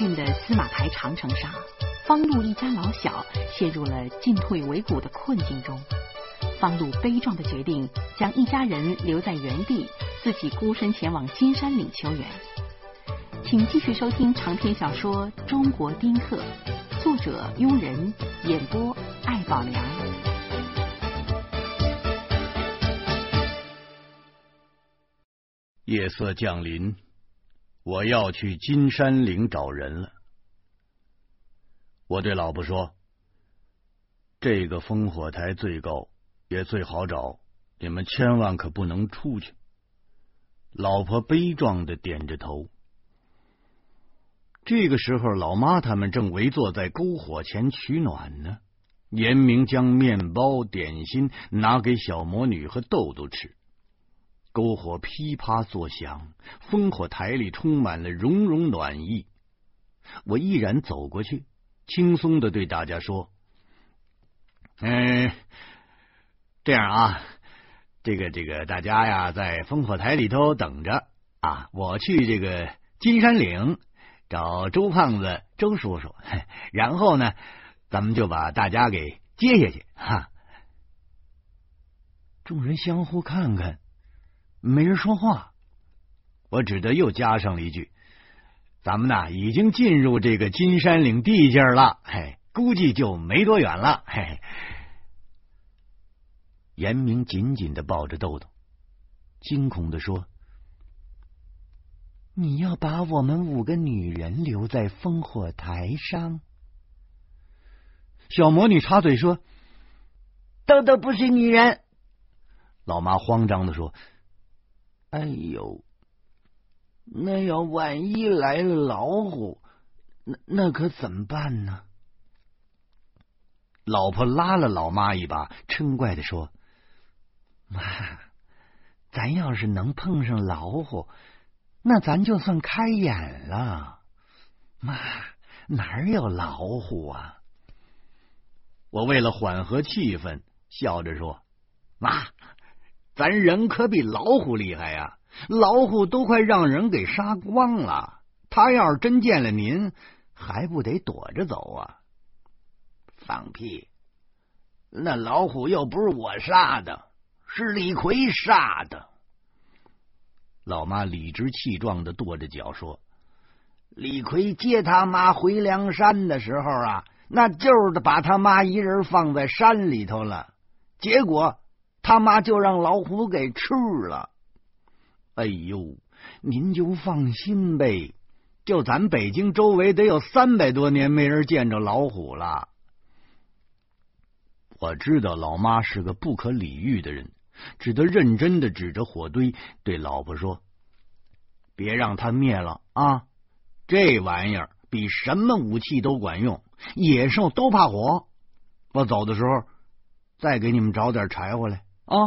峻的司马台长城上，方路一家老小陷入了进退维谷的困境中。方路悲壮地决定将一家人留在原地，自己孤身前往金山岭求援。请继续收听长篇小说《中国丁克》，作者庸人，演播艾宝良。 夜色降临，我要去金山岭找人了。我对老婆说，这个烽火台最高也最好找，你们千万可不能出去。老婆悲壮地点着头。这个时候，老妈他们正围坐在篝火前取暖呢。严明将面包点心拿给小魔女和豆豆吃。篝火噼啪作响，烽火台里充满了融融暖意。我毅然走过去，轻松地对大家说：“这样啊，这个大家呀，在烽火台里头等着啊，我去这个金山岭找周胖子、周叔叔，然后呢，咱们就把大家给接下去哈。”众人相互看看，没人说话，我只得又加上了一句：“咱们呢已经进入这个金山岭地界了，估计就没多远了。”严明紧紧地抱着豆豆，惊恐地说：“你要把我们5个女人留在烽火台上？”小魔女插嘴说：“豆豆不是女人。”老妈慌张地说：“哎呦，那要万一来了老虎，那可怎么办呢？”老婆拉了老妈一把，嗔怪地说：“妈，咱要是能碰上老虎，那咱就算开眼了。妈，哪有老虎啊？”我为了缓和气氛，笑着说：“妈，咱人可比老虎厉害呀！老虎都快让人给杀光了，他要是真见了您，还不得躲着走啊？”“放屁！那老虎又不是我杀的，是李逵杀的。”老妈理直气壮的跺着脚说：“李逵接他妈回梁山的时候啊，那就是把他妈一人放在山里头了，结果他妈就让老虎给吃了。哎呦，您就放心呗，就咱北京周围得有300多年没人见着老虎了。”我知道老妈是个不可理喻的人，只得认真的指着火堆对老婆说：“别让它灭了啊！这玩意儿比什么武器都管用，野兽都怕火。我走的时候再给你们找点柴火来啊！”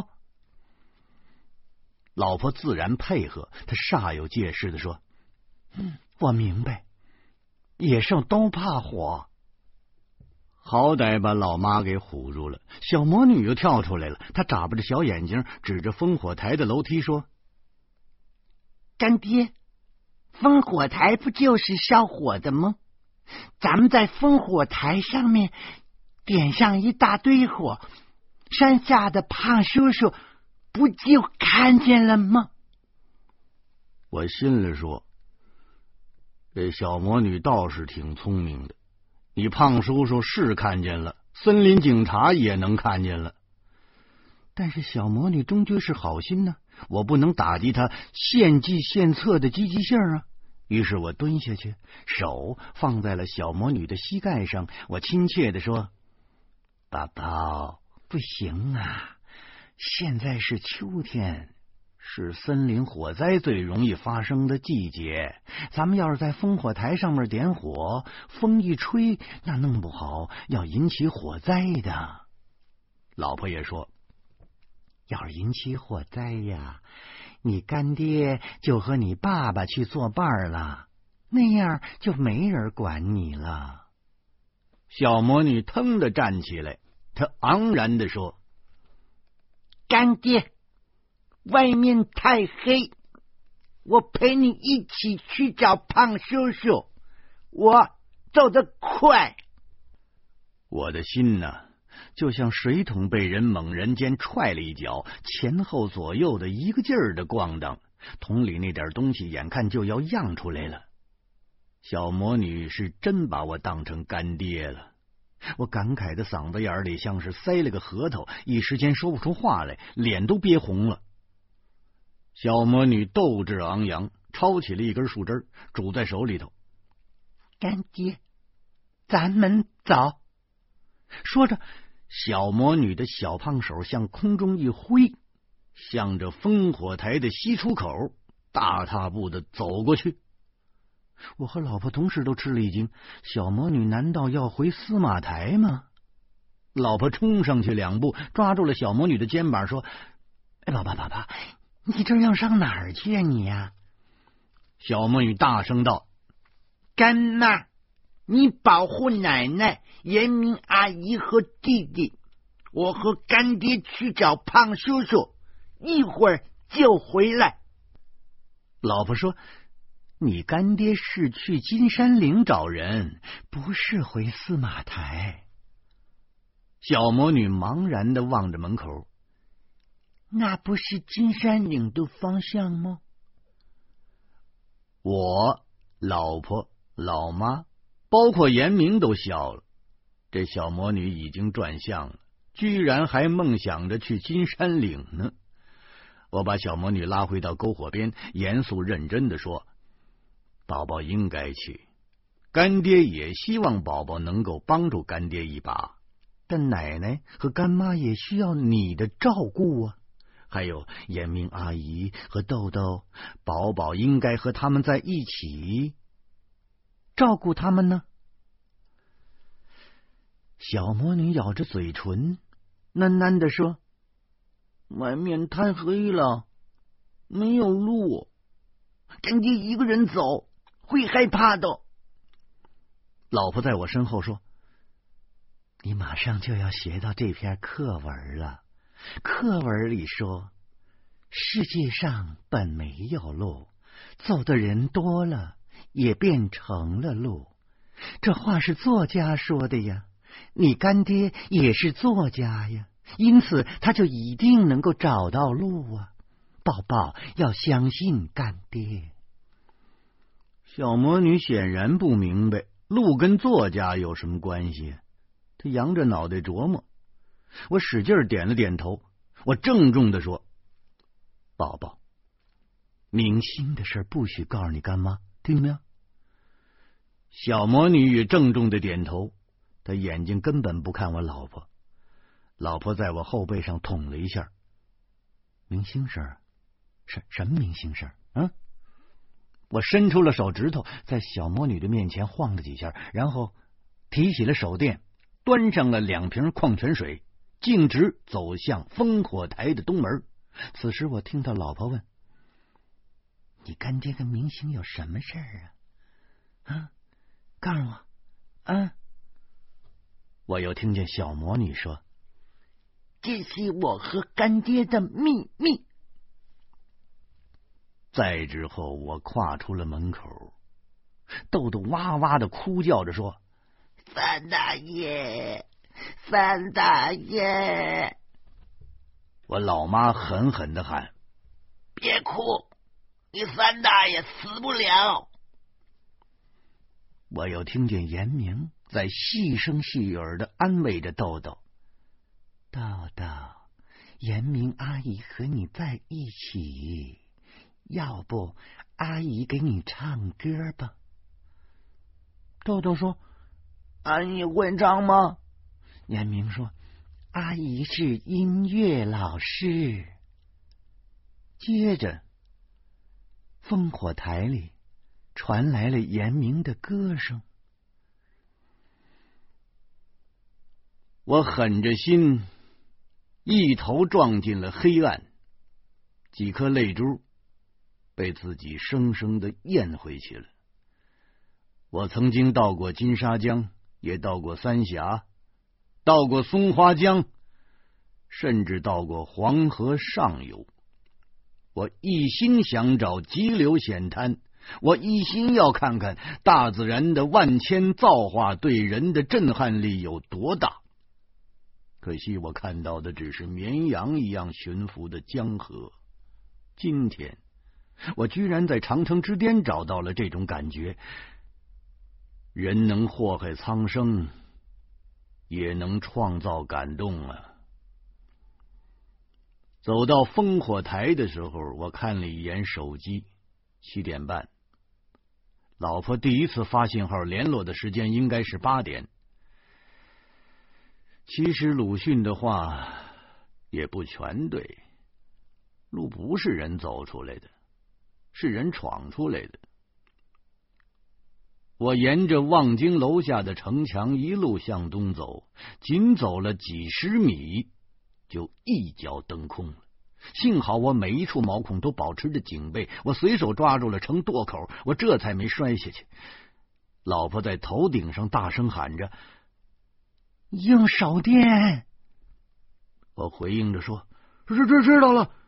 老婆自然配合，她煞有介事的说：“我明白，野兽都怕火。”好歹把老妈给唬住了。小魔女又跳出来了，她眨巴着小眼睛，指着烽火台的楼梯说：“干爹，烽火台不就是烧火的吗？咱们在烽火台上面点上一大堆火，山下的胖叔叔不就看见了吗？”我心里说，这小魔女倒是挺聪明的，你胖叔叔是看见了，森林警察也能看见了。但是小魔女终究是好心呢，我不能打击她献计献策的积极性啊。于是我蹲下去，手放在了小魔女的膝盖上，我亲切地说：“宝宝，不行啊，现在是秋天，是森林火灾最容易发生的季节，咱们要是在烽火台上面点火，风一吹，那弄不好要引起火灾的。”老婆也说：“要是引起火灾呀，你干爹就和你爸爸去作伴了，那样就没人管你了。”小魔女腾地站起来，她昂然地说：“干爹，外面太黑，我陪你一起去找胖叔叔， 我走得快。 我的心呢，就像水桶被人猛然间踹了一脚，前后左右的一个劲儿的咣当，桶里那点东西眼看就要漾出来了。小魔女是真把我当成干爹了，我感慨的嗓子眼里像是塞了个核桃，一时间说不出话来，脸都憋红了。小魔女斗志昂扬，抄起了一根树枝，拄在手里头。 干爹，咱们走。 说着，小魔女的小胖手向空中一挥，向着烽火台的西出口大踏步的走过去。我和老婆同时都吃了一惊，小魔女难道要回司马台吗？老婆冲上去2步，抓住了小魔女的肩膀，说：“宝宝，你这要上哪儿去啊你呀？”小魔女大声道：“ 干妈，你保护奶奶、严明阿姨和弟弟，我和干爹去找胖叔叔，一会儿就回来。” 老婆说：“你干爹是去金山岭找人，不是回司马台。”小魔女茫然的望着门口。 那不是金山岭的方向吗？ 我、老婆、老妈，包括严明都笑了。这小魔女已经转向了，居然还梦想着去金山岭呢。我把小魔女拉回到篝火边，严肃认真的说：“宝宝应该去，干爹也希望宝宝能够帮助干爹一把，但奶奶和干妈也需要你的照顾啊。还有严明阿姨和豆豆，宝宝应该和他们在一起照顾他们呢。”小魔女咬着嘴唇，喃喃地说：“ 外面太黑了，没有路，干爹一个人走会害怕的。” 老婆在我身后说：“你马上就要学到这篇课文了。课文里说，世界上本没有路，走的人多了，也变成了路。这话是作家说的呀，你干爹也是作家呀，因此他就一定能够找到路啊。宝宝要相信干爹。”小魔女显然不明白路跟作家有什么关系，她扬着脑袋琢磨。我使劲点了点头，我郑重的说：“宝宝，明星的事不许告诉你干妈，听见没有？”小魔女也郑重的点头，她眼睛根本不看我老婆。老婆在我后背上捅了一下：“明星事儿？什么明星事儿？啊？”我伸出了手指头，在小魔女的面前晃了几下，然后提起了手电，端上了2瓶矿泉水，径直走向烽火台的东门。此时我听到老婆问：“你干爹跟明星有什么事儿啊？啊，告诉我啊！”我又听见小魔女说：“ 这是我和干爹的秘密。” 再之后，我跨出了门口，豆豆哇哇的哭叫着说：“ 范大爷，范大爷！” 我老妈狠狠的喊：“ 别哭，你范大爷死不了。” 我又听见严明在细声细语的安慰着豆豆：“豆豆，严明阿姨和你在一起，要不阿姨给你唱歌吧？”豆豆说：“ 阿姨会唱吗？” 严明说：“阿姨是音乐老师。”接着，烽火台里传来了严明的歌声。我狠着心，一头撞进了黑暗，几颗泪珠被自己生生的咽回去了。我曾经到过金沙江，也到过三峡，到过松花江，甚至到过黄河上游。我一心想找急流险滩， 我一心要看看大自然的万千造化对人的震撼力有多大。可惜我看到的只是绵羊一样驯服的江河。今天我居然在长城之巅找到了这种感觉。人能祸害苍生，也能创造感动啊！走到烽火台的时候，我看了一眼手机，7点半。老婆第一次发信号联络的时间应该是8点。其实鲁迅的话也不全对，路不是人走出来的，是人闯出来的。我沿着望京楼下的城墙一路向东走，仅走了几十米，就一脚蹬空了。幸好我每一处毛孔都保持着警备，我随手抓住了城垛口，我这才没摔下去。老婆在头顶上大声喊着：“应手电！”我回应着说：“知道了。”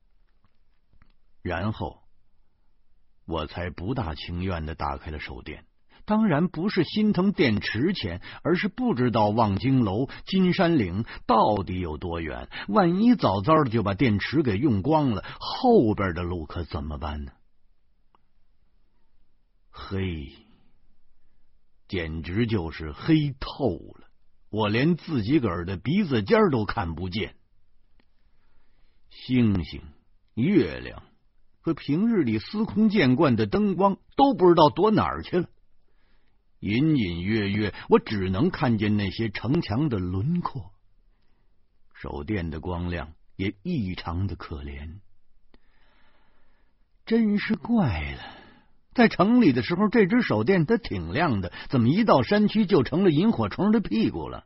然后我才不大情愿的打开了手电。当然不是心疼电池钱，而是不知道望京楼、金山岭到底有多远，万一早早的就把电池给用光了，后边的路可怎么办呢？黑，简直就是黑透了，我连自己个儿的鼻子尖都看不见。星星、月亮和平日里司空见惯的灯光都不知道躲哪儿去了。隐隐约约，我只能看见那些城墙的轮廓。手电的光亮也异常的可怜。真是怪了，在城里的时候，这只手电它挺亮的，怎么一到山区就成了萤火虫的屁股了？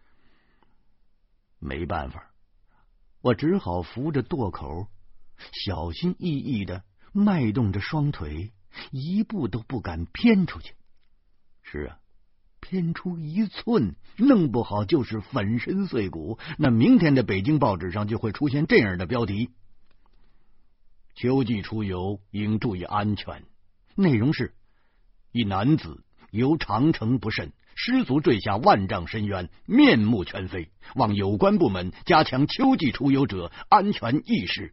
没办法，我只好扶着垛口，小心翼翼的迈动着双腿，一步都不敢偏出去。是啊，偏出1寸，弄不好就是粉身碎骨。那明天的北京报纸上就会出现这样的标题：秋季出游应注意安全。内容是：一男子游长城不慎，失足坠下万丈深渊，面目全非，望有关部门加强秋季出游者安全意识。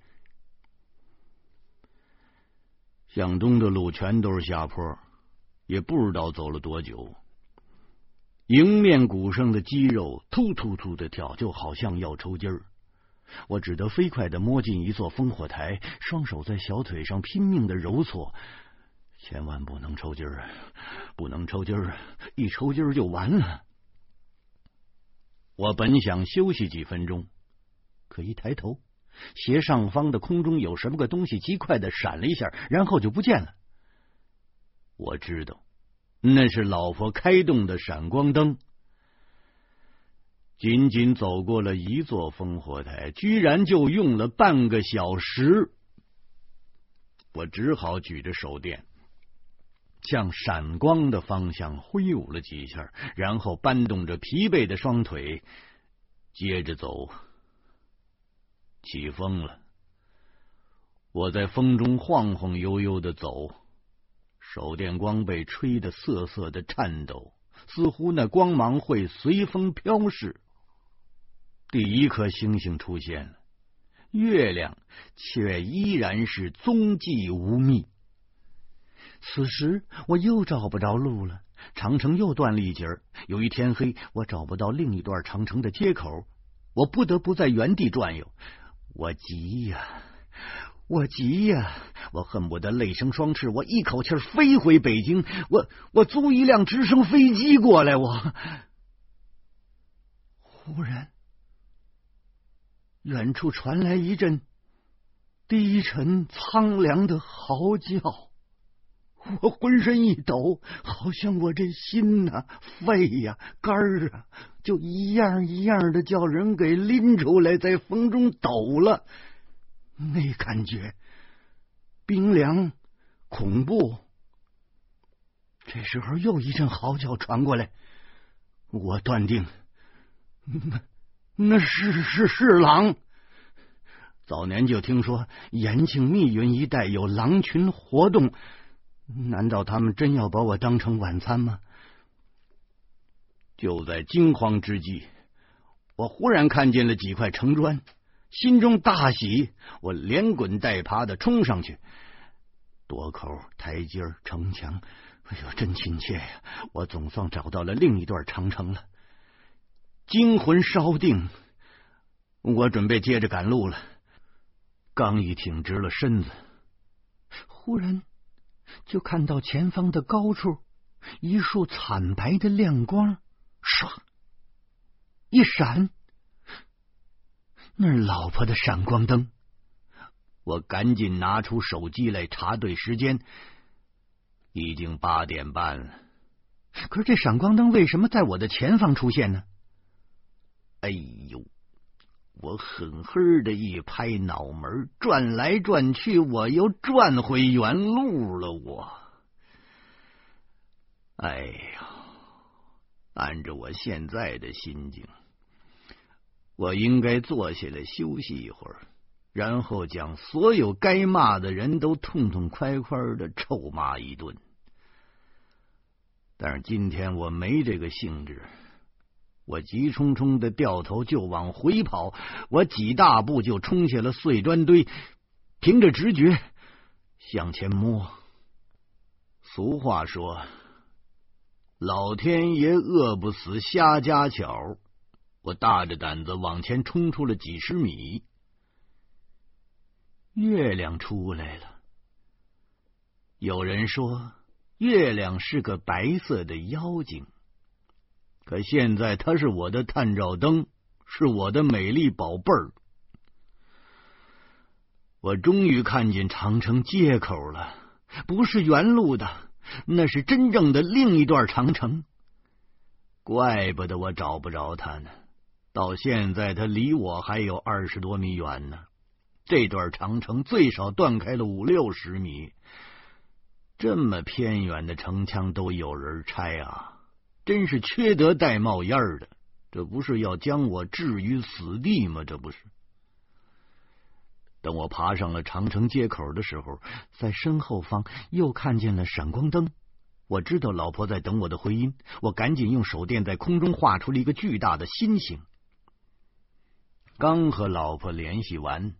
向东的路全都是下坡，也不知道走了多久，迎面骨上的肌肉突突突的跳，就好像要抽筋儿。我只得飞快的摸进一座烽火台，双手在小腿上拼命的揉搓，千万不能抽筋儿，不能抽筋儿，一抽筋儿就完了。我本想休息几分钟，可一抬头，斜上方的空中有什么个东西极快的闪了一下，然后就不见了。我知道那是老婆开动的闪光灯。仅仅走过了一座烽火台，居然就用了半个小时。我只好举着手电向闪光的方向挥舞了几下，然后搬动着疲惫的双腿接着走。起风了，我在风中晃晃悠悠的走，手电光被吹得瑟瑟的颤抖，似乎那光芒会随风飘逝。第一颗星星出现了，月亮却依然是踪迹无觅。此时我又找不着路了，长城又断了一截，由于天黑，我找不到另一段长城的接口，我不得不在原地转悠。我急呀，我恨不得泪生双翅，我一口气飞回北京，我租一辆直升飞机过来。忽然远处传来一阵低沉苍凉的嚎叫，我浑身一抖，好像我这心呐、肺呀、肝儿啊，就一样一样的叫人给拎出来，在风中抖了。那感觉冰凉恐怖。这时候又一阵嚎叫传过来，我断定那是狼。早年就听说延庆密云一带有狼群活动， 难道他们真要把我当成晚餐吗？就在惊慌之际，我忽然看见了几块城砖，心中大喜，我连滚带爬的冲上去。垛口、台阶、城墙，哎呦，真亲切呀！我总算找到了另一段长城了。惊魂稍定，我准备接着赶路了。刚一挺直了身子，忽然就看到前方的高处一束惨白的亮光，唰一闪，那是老婆的闪光灯。我赶紧拿出手机来查对时间，已经8点半了。可是这闪光灯为什么在我的前方出现呢？哎呦！我狠狠的一拍脑门，转来转去，我又转回原路了。哎呀，按照我现在的心境，我应该坐下来休息一会儿，然后将所有该骂的人都痛痛快快的臭骂一顿。但是今天我没这个兴致，我急冲冲的掉头就往回跑，我几大步就冲下了碎砖堆，凭着直觉向前摸。俗话说，老天爷饿不死瞎家巧，我大着胆子往前冲出了几十米。月亮出来了。有人说月亮是个白色的妖精，可现在它是我的探照灯，是我的美丽宝贝儿。我终于看见长城街口了，不是原路的，那是真正的另一段长城。怪不得我找不着它呢，到现在它离我还有20多米远呢。这段长城最少断开了50-60米，这么偏远的城墙都有人拆啊，真是缺德带冒烟的，这不是要将我置于死地吗？这不是。等我爬上了长城街口的时候，在身后方又看见了闪光灯，我知道老婆在等我的回音，我赶紧用手电在空中画出了一个巨大的心形。刚和老婆联系完，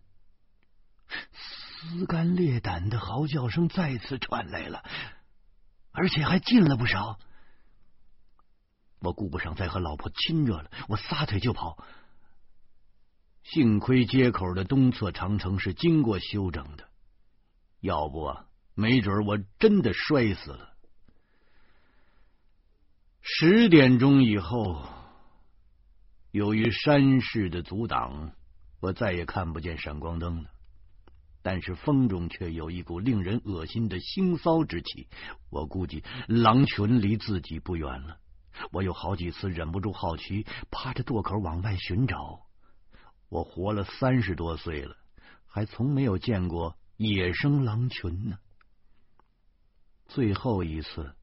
撕肝裂胆的嚎叫声再次传来了，而且还近了不少。我顾不上再和老婆亲热了，我撒腿就跑。幸亏街口的东侧长城是经过修整的，要不没准我真的摔死了。10点钟以后，由于山势的阻挡，我再也看不见闪光灯了。但是风中却有一股令人恶心的腥臊之气，我估计狼群离自己不远了。我有好几次忍不住好奇，趴着垛口往外寻找。我活了30多岁了，还从没有见过野生狼群呢。最后一次，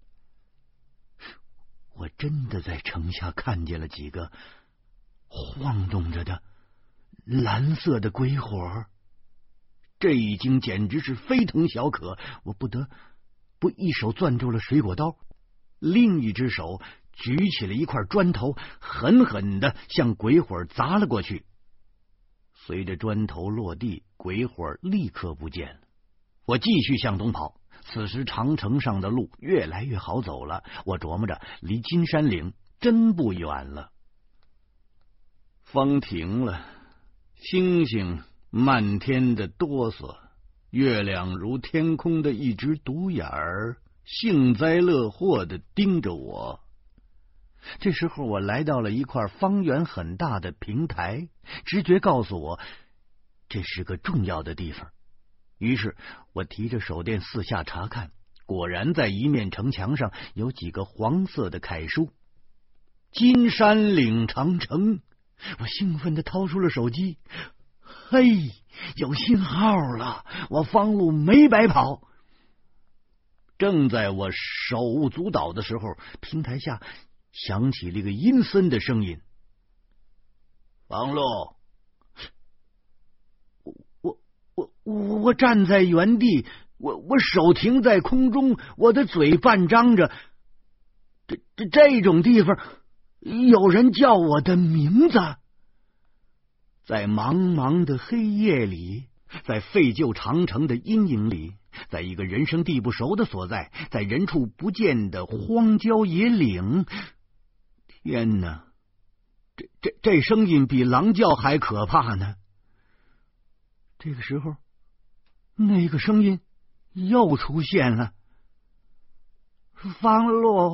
我真的在城下看见了几个晃动着的蓝色的鬼火，这已经简直是非同小可。我不得不一手攥住了水果刀，另一只手举起了一块砖头，狠狠的向鬼火砸了过去。随着砖头落地，鬼火立刻不见了。我继续向东跑，此时长城上的路越来越好走了，我琢磨着离金山岭真不远了。风停了，星星漫天的哆嗦，月亮如天空的一只独眼儿，幸灾乐祸的盯着我。这时候我来到了一块方圆很大的平台，直觉告诉我这是个重要的地方。于是我提着手电四下查看，果然在一面城墙上有几个黄色的楷书：金山岭长城。我兴奋地掏出了手机，嘿，有信号了，我方路没白跑。正在我手舞足蹈的时候，平台下响起了一个阴森的声音：方路。我站在原地， 我手停在空中，我的嘴半张着。这种地方有人叫我的名字。在茫茫的黑夜里，在废旧长城的阴影里，在一个人生地不熟的所在，在人畜不见的荒郊野岭。天哪，这声音比狼叫还可怕呢！这个时候，那个声音又出现了。方路，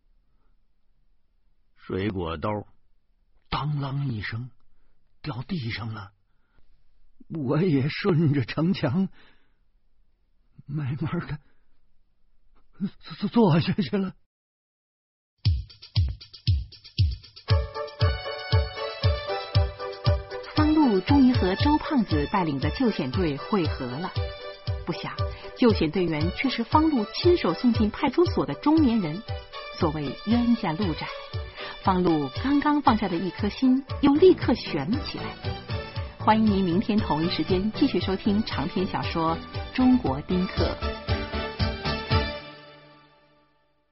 水果兜当啷一声掉地上了，我也顺着城墙慢慢的坐下去了。 方路终于和周胖子带领的救险队会合了，不想救险队员却是方路亲手送进派出所的中年人。所谓冤家路窄，方路刚刚放下的一颗心又立刻悬了起来。欢迎您明天同一时间继续收听长篇小说《中国丁克》。